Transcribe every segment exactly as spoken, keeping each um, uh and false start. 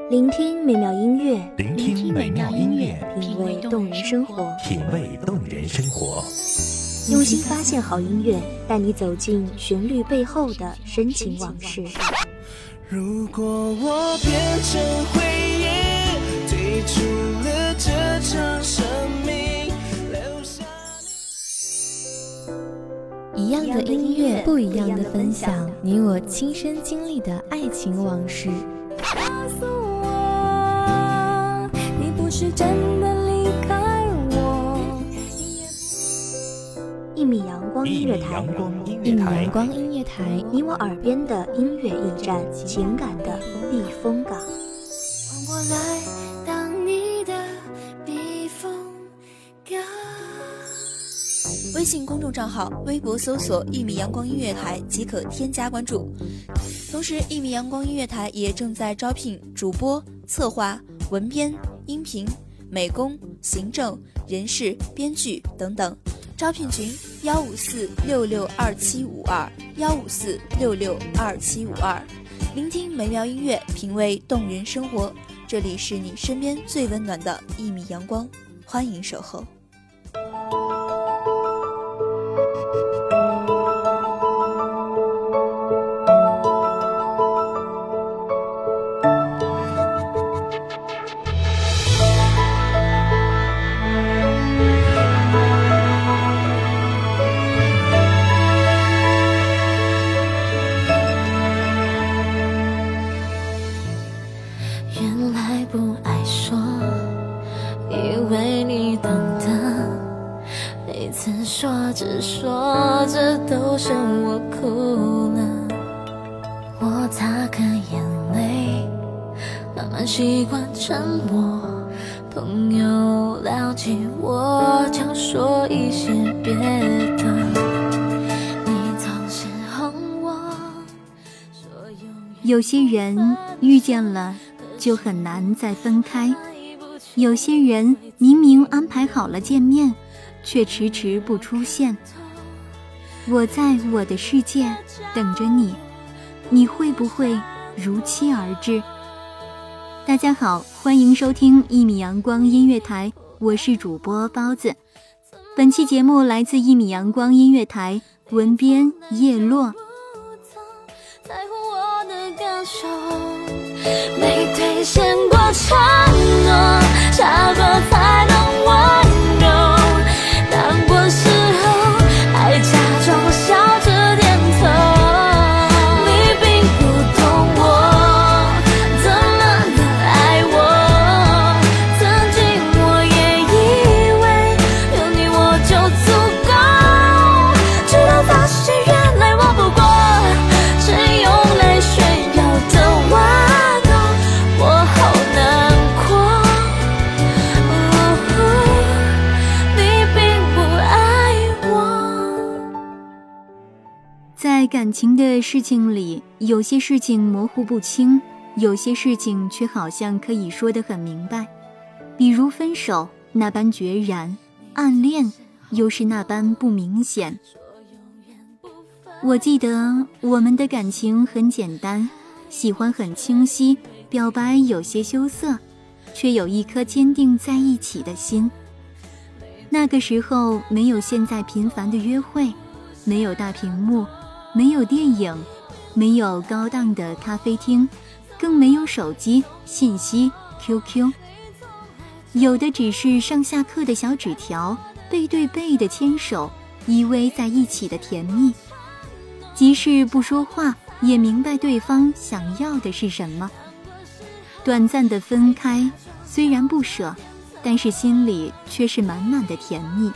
聆听美妙音乐， 聆听美妙音乐， 品味动人生活， 品味动人生活。 用心发现好音乐，带你走进旋律背后的深情往事。 如果我变成回忆，退出了这场生命，留下一样的音乐，不一样的分享，你我亲身经历的爱情往事。 告诉我，你不是真的离开我。 一米阳光音乐台， 一米阳光音乐台， 你我耳边的音乐驿站，情感的避风港。 换我来当你的避风港。 微信公众账号、微博搜索“一米阳光音乐台”即可添加关注。同时，一米阳光音乐台也正在招聘主播、策划、文编、音频、美工、行政、人事、编剧等等。招聘群：幺五四六六二七五二幺五四六六二七五二。聆听美妙音乐，品味动人生活。这里是你身边最温暖的一米阳光，欢迎守候。 原来不爱说，以为你懂得，每次说着说着都剩我哭了。我擦干眼泪，慢慢习惯沉默。朋友聊起我，常说一些别的。你总是哄我，说永远有些人遇见了就很难再分开，有些人明明安排好了见面，却迟迟不出现。我在我的世界等着你，你会不会如期而至？大家好，欢迎收听一米阳光音乐台，我是主播包子。本期节目来自一米阳光音乐台，文编叶落。 在乎我的感受，没兑现过承诺，下过才能温柔。难过时候还假装笑着点头。你并不懂我怎么的爱我，曾经我也以为有你我就足够，直到发现原来我不过是用来炫耀的玩偶。我好难过，哦，你并不爱我。 在感情的事情里，有些事情模糊不清，有些事情却好像可以说得很明白。比如分手那般决然，暗恋又是那般不明显。我记得我们的感情很简单，喜欢很清晰，表白有些羞涩，却有一颗坚定在一起的心。那个时候没有现在频繁的约会，没有大屏幕，没有电影，没有高档的咖啡厅，更没有手机、信息、Q Q， 有的只是上下课的小纸条，背对背的牵手，依偎在一起的甜蜜。即使不说话，也明白对方想要的是什么。短暂的分开，虽然不舍，但是心里却是满满的甜蜜。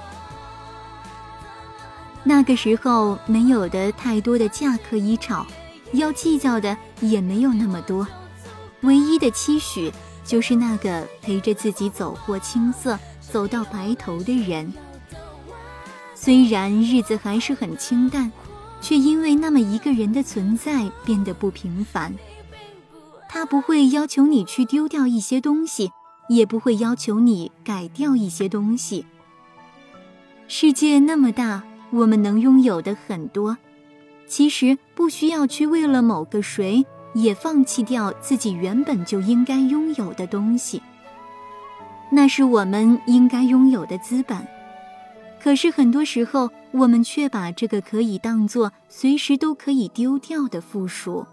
那个时候没有的太多的架可以吵，要计较的也没有那么多，唯一的期许就是那个陪着自己走过青涩，走到白头的人。虽然日子还是很清淡，却因为那么一个人的存在变得不平凡。他不会要求你去丢掉一些东西，也不会要求你改掉一些东西。世界那么大，我们能拥有的很多，其实不需要去为了某个谁也放弃掉自己原本就应该拥有的东西。那是我们应该拥有的资本，可是很多时候我们却把这个可以当作随时都可以丢掉的附属。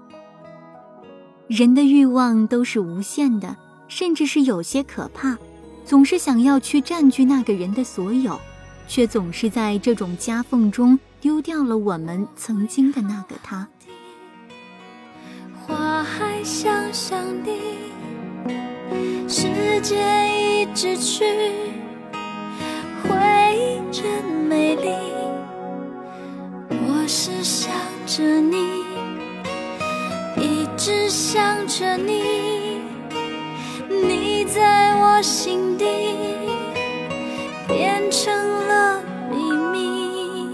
人的欲望都是无限的，甚至是有些可怕，总是想要去占据那个人的所有，却总是在这种夹缝中丢掉了我们曾经的那个他。 花还香香的，世界一直去，回忆真美丽。我是想着你，一直想着你，你在我心底变成了秘密。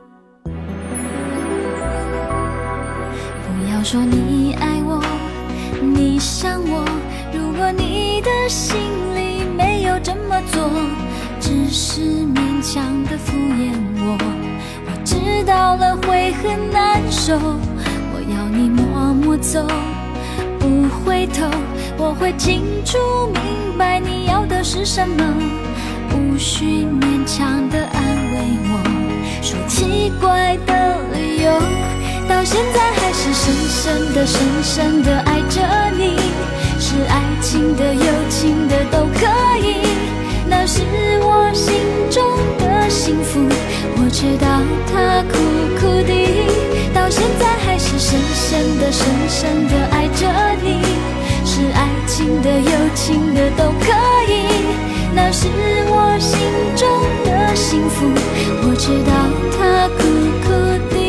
不要说你爱我，你想我，如果你的心里没有这么做，只是勉强的敷衍我，我知道了会很难受。我要你默默走，不回头，我会清楚明白你要的是什么，无需勉强的安慰我，说奇怪的理由，到现在还是深深的深深的爱着你，是爱情的友情的都可以，那是我心中的幸福，我知道它苦苦的，到现在还是深深的深深的爱着你，是爱情的友情的都可以，那是我心中的幸福，我知道它苦苦的。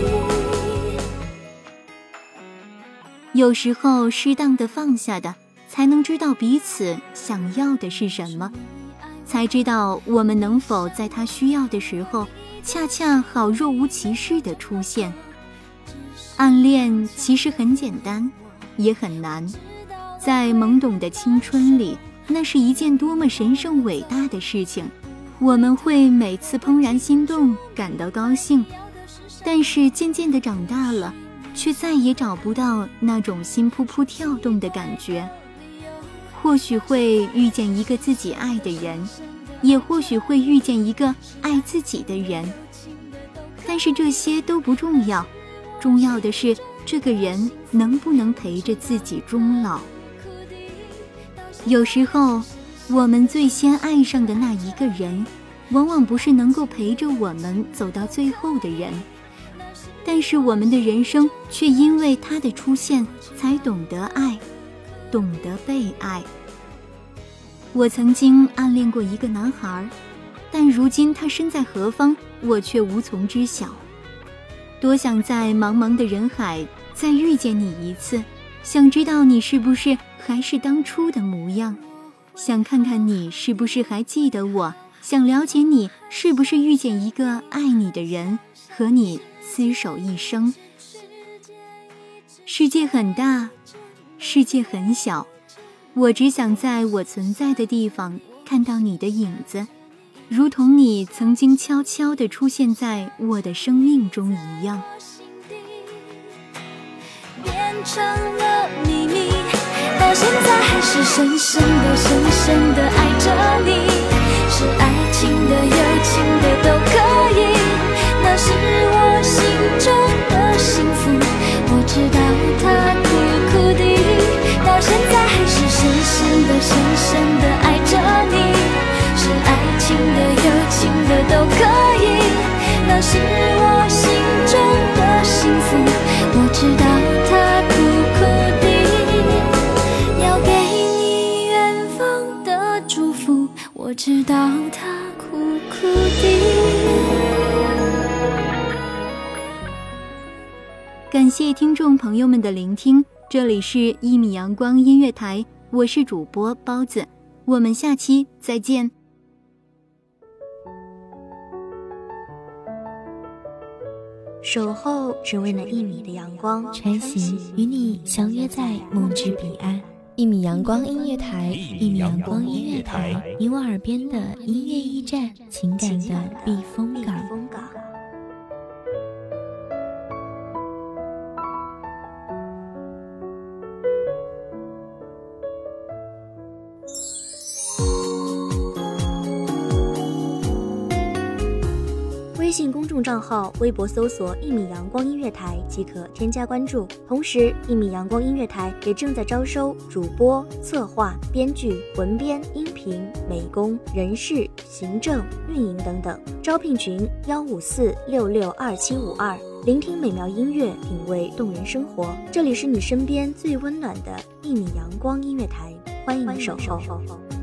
有时候适当的放下的，才能知道彼此想要的是什么，才知道我们能否在他需要的时候恰恰好若无其事的出现。暗恋其实很简单，也很难，在懵懂的青春里，那是一件多么神圣伟大的事情，我们会每次怦然心动，感到高兴，但是渐渐的长大了，却再也找不到那种心扑扑跳动的感觉。或许会遇见一个自己爱的人，也或许会遇见一个爱自己的人，但是这些都不重要，重要的是这个人能不能陪着自己终老。有时候我们最先爱上的那一个人，往往不是能够陪着我们走到最后的人，但是我们的人生却因为他的出现才懂得爱，懂得被爱。我曾经暗恋过一个男孩，但如今他身在何方，我却无从知晓。多想在茫茫的人海再遇见你一次，想知道你是不是还是当初的模样，想看看你是不是还记得我，想了解你是不是遇见一个爱你的人，和你厮守一生。世界很大，世界很小，我只想在我存在的地方看到你的影子，如同你曾经悄悄地出现在我的生命中一样。 变成了秘密，到现在还是深深的深深的爱着你，是爱情的友情的都可以，那是我心中的幸福，我知道它苦苦的，到现在还是深深的深深的爱着你，是爱情的友情的都可以，那是我心中的幸福，我知道它苦苦的，要给你远方的祝福，我知道它苦苦的。 感谢听众朋友们的聆听，这里是一米阳光音乐台，我是主播包子，我们下期再见。 守候只为那一米的阳光， 穿行与你相约在梦之彼岸。一米阳光音乐台，一米阳光音乐台，你我耳边的音乐驿站，情感的避风港。 信公众账号、微博搜索一米阳光音乐台即可添加关注。同时，一米阳光音乐台也正在招收主播、策划、编剧、文编、音频、美工、人事、行政、运营等等。招聘群幺五四六六二七五二。聆听美妙音乐，品味动人生活。这里是你身边最温暖的一米阳光音乐台，欢迎你守候。